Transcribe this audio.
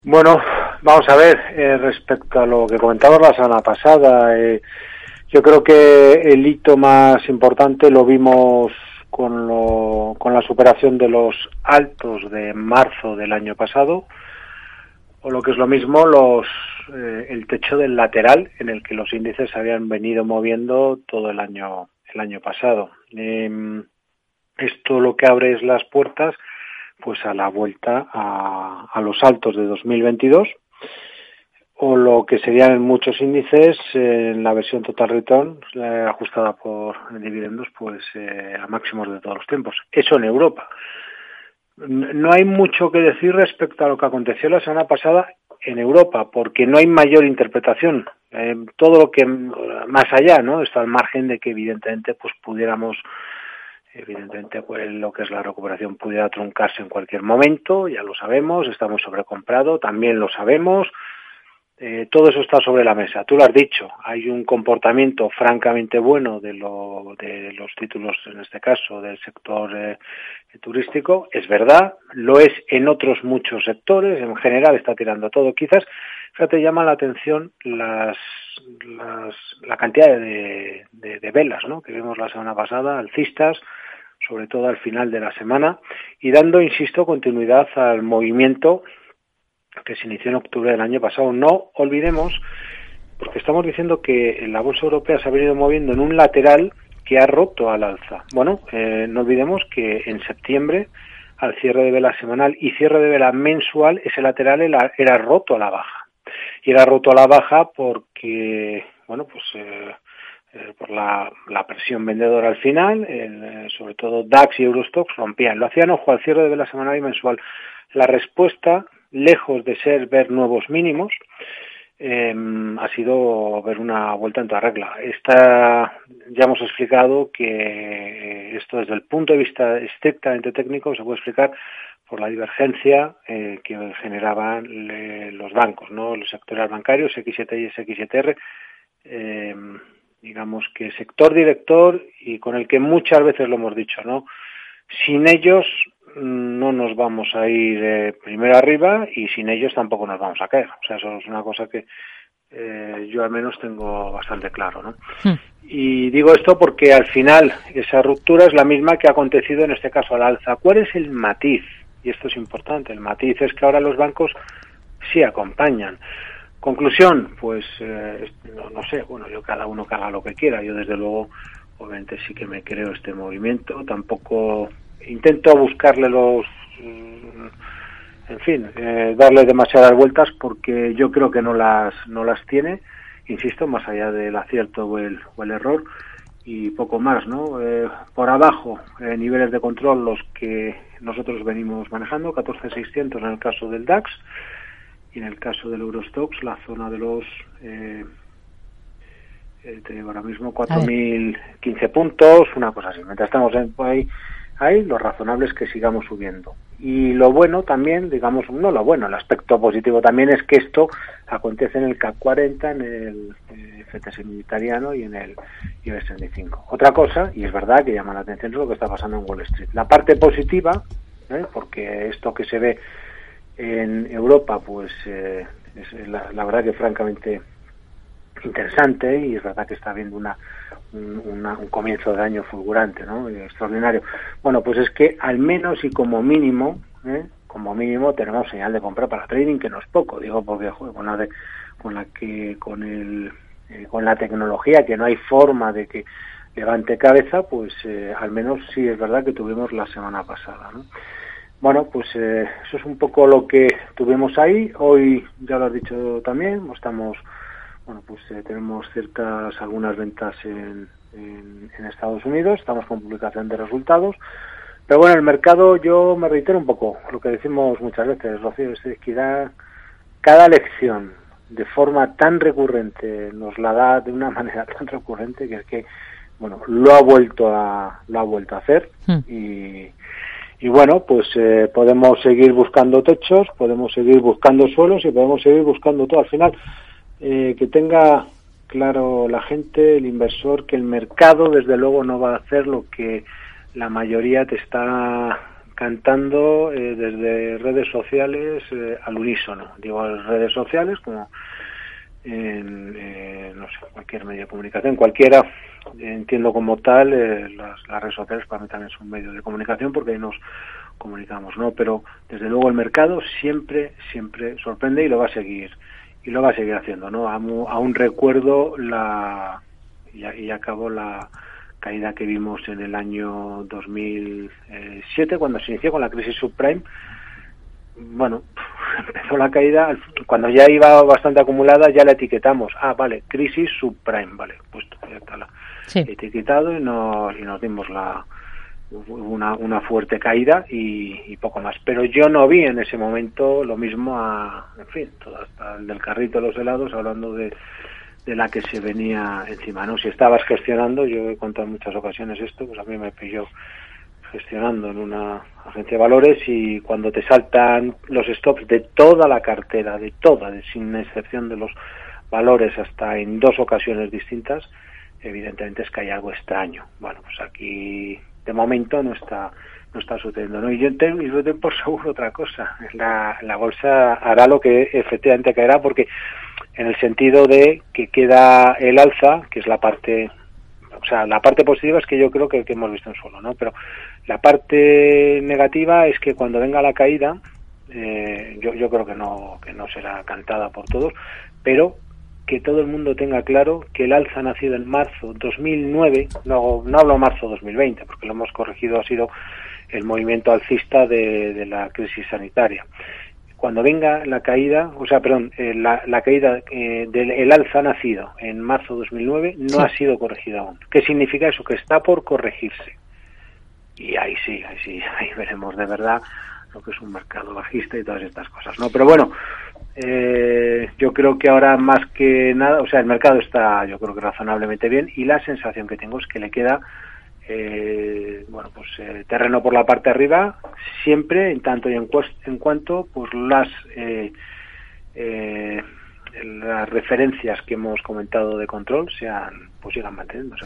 Bueno, vamos a ver, respecto a lo que comentamos la semana pasada, yo creo que el hito más importante lo vimos con la superación de los altos de marzo del año pasado, o lo que es lo mismo, el techo del lateral en el que los índices habían venido moviendo todo el año pasado. Esto lo que abre es las puertas pues a la vuelta a los altos de 2022, o lo que serían en muchos índices en la versión Total Return ajustada por dividendos, pues a máximos de todos los tiempos. Eso en Europa. No hay mucho que decir respecto a lo que aconteció la semana pasada en Europa, porque no hay mayor interpretación. Todo lo que más allá, ¿no? Está al margen de que evidentemente pues lo que es la recuperación pudiera truncarse en cualquier momento, ya lo sabemos, está muy sobrecomprado, también lo sabemos, todo eso está sobre la mesa. Tú lo has dicho, hay un comportamiento francamente bueno de los títulos, en este caso, del sector turístico, es verdad, lo es en otros muchos sectores, en general está tirando todo. Quizás, fíjate, llama la atención la cantidad de velas, ¿no?, que vimos la semana pasada, alcistas, sobre todo al final de la semana, y dando, insisto, continuidad al movimiento que se inició en octubre del año pasado. No olvidemos, porque estamos diciendo que la bolsa europea se ha venido moviendo en un lateral que ha roto al alza. Bueno, no olvidemos que en septiembre, al cierre de vela semanal y cierre de vela mensual, ese lateral era roto a la baja. Y era roto a la baja porque, bueno, pues por la presión vendedora al final, sobre todo DAX y Eurostoxx rompían. Lo hacían, ojo, al cierre de vela semanal y mensual. La respuesta, lejos de ser ver nuevos mínimos, ha sido ver una vuelta en toda regla. Ya hemos explicado que esto desde el punto de vista estrictamente técnico se puede explicar por la divergencia que generaban los bancos, ¿no?, los sectores bancarios, X7 y X7R, digamos que sector director, y con el que muchas veces lo hemos dicho, ¿no?, sin ellos no nos vamos a ir primero arriba, y sin ellos tampoco nos vamos a caer. O sea, eso es una cosa que yo al menos tengo bastante claro, ¿no? Y digo esto porque al final esa ruptura es la misma que ha acontecido en este caso al alza. ¿Cuál es el matiz? Y esto es importante. El matiz es que ahora los bancos sí acompañan. Conclusión, pues no sé, bueno, yo cada uno que haga lo que quiera. Yo desde luego, obviamente sí que me creo este movimiento. Tampoco intento buscarle darle demasiadas vueltas, porque yo creo que no las tiene, insisto, más allá del acierto o el error, y poco más, ¿no? Por abajo, niveles de control los que nosotros venimos manejando, 14.600 en el caso del DAX, y en el caso del Eurostoxx la zona de los te digo ahora mismo 4.015 puntos, una cosa así. Mientras estamos ahí, lo razonable es que sigamos subiendo. Y lo bueno también, digamos, no lo bueno, el aspecto positivo también es que esto acontece en el CAC 40, en el FTSE Militariano y en el IBEX 35. Otra cosa, y es verdad que llama la atención, es lo que está pasando en Wall Street. La parte positiva, porque esto que se ve en Europa, pues es la verdad que francamente interesante, y es verdad que está habiendo un comienzo de año fulgurante, ¿no?, extraordinario. Bueno, pues es que al menos y como mínimo tenemos señal de compra para trading, que no es poco, digo, porque con la tecnología, que no hay forma de que levante cabeza, pues al menos sí es verdad que tuvimos la semana pasada, ¿no? Bueno, pues eso es un poco lo que tuvimos ahí. Hoy, ya lo has dicho también, tenemos algunas ventas en Estados Unidos, estamos con publicación de resultados, pero bueno, el mercado, yo me reitero un poco lo que decimos muchas veces, Rocío, es que cada lección de forma tan recurrente nos la da de una manera tan recurrente que es que, bueno, lo ha vuelto a hacer. Y bueno, pues podemos seguir buscando techos, podemos seguir buscando suelos y podemos seguir buscando todo. Al final, que tenga claro la gente, el inversor, que el mercado desde luego no va a hacer lo que la mayoría te está cantando desde redes sociales al unísono. Digo, redes sociales como en no sé, cualquier medio de comunicación, cualquiera, entiendo como tal, las redes sociales para mí también son un medio de comunicación porque ahí nos comunicamos, ¿no? Pero desde luego el mercado siempre sorprende y lo va a seguir haciendo, ¿no? Aún recuerdo y acabó la caída que vimos en el año 2007 cuando se inició con la crisis subprime. Bueno, empezó la caída, cuando ya iba bastante acumulada ya la etiquetamos, vale, crisis subprime, vale, puesto, ya está etiquetado y nos dimos una fuerte caída y poco más, pero yo no vi en ese momento lo mismo en fin, todo hasta el del carrito de los helados, hablando de la que se venía encima, ¿no? Si estabas gestionando, yo he contado en muchas ocasiones esto, pues a mí me pilló gestionando en una agencia de valores y cuando te saltan los stops de toda la cartera, sin excepción de los valores hasta en 2 ocasiones distintas, evidentemente es que hay algo extraño. Bueno, pues aquí de momento no está sucediendo, ¿no? Y yo tengo por seguro otra cosa, la bolsa hará lo que efectivamente caerá, porque en el sentido de que queda el alza, que es la parte, o sea, la parte positiva es que yo creo que hemos visto en suelo, ¿no? Pero la parte negativa es que cuando venga la caída, yo creo que no será cantada por todos, pero que todo el mundo tenga claro que el alza nacido en marzo 2009, no hablo marzo 2020, porque lo hemos corregido, ha sido el movimiento alcista de la crisis sanitaria. Cuando venga la caída, la caída del alza nacido en marzo 2009 no ha sido corregida aún. ¿Qué significa eso? Que está por corregirse. Y ahí veremos de verdad lo que es un mercado bajista y todas estas cosas, ¿no? Pero bueno, yo creo que ahora más que nada, o sea, el mercado está, yo creo que razonablemente bien, y la sensación que tengo es que le queda terreno por la parte de arriba, siempre en tanto y en cuanto pues las referencias que hemos comentado de control sigan manteniéndose.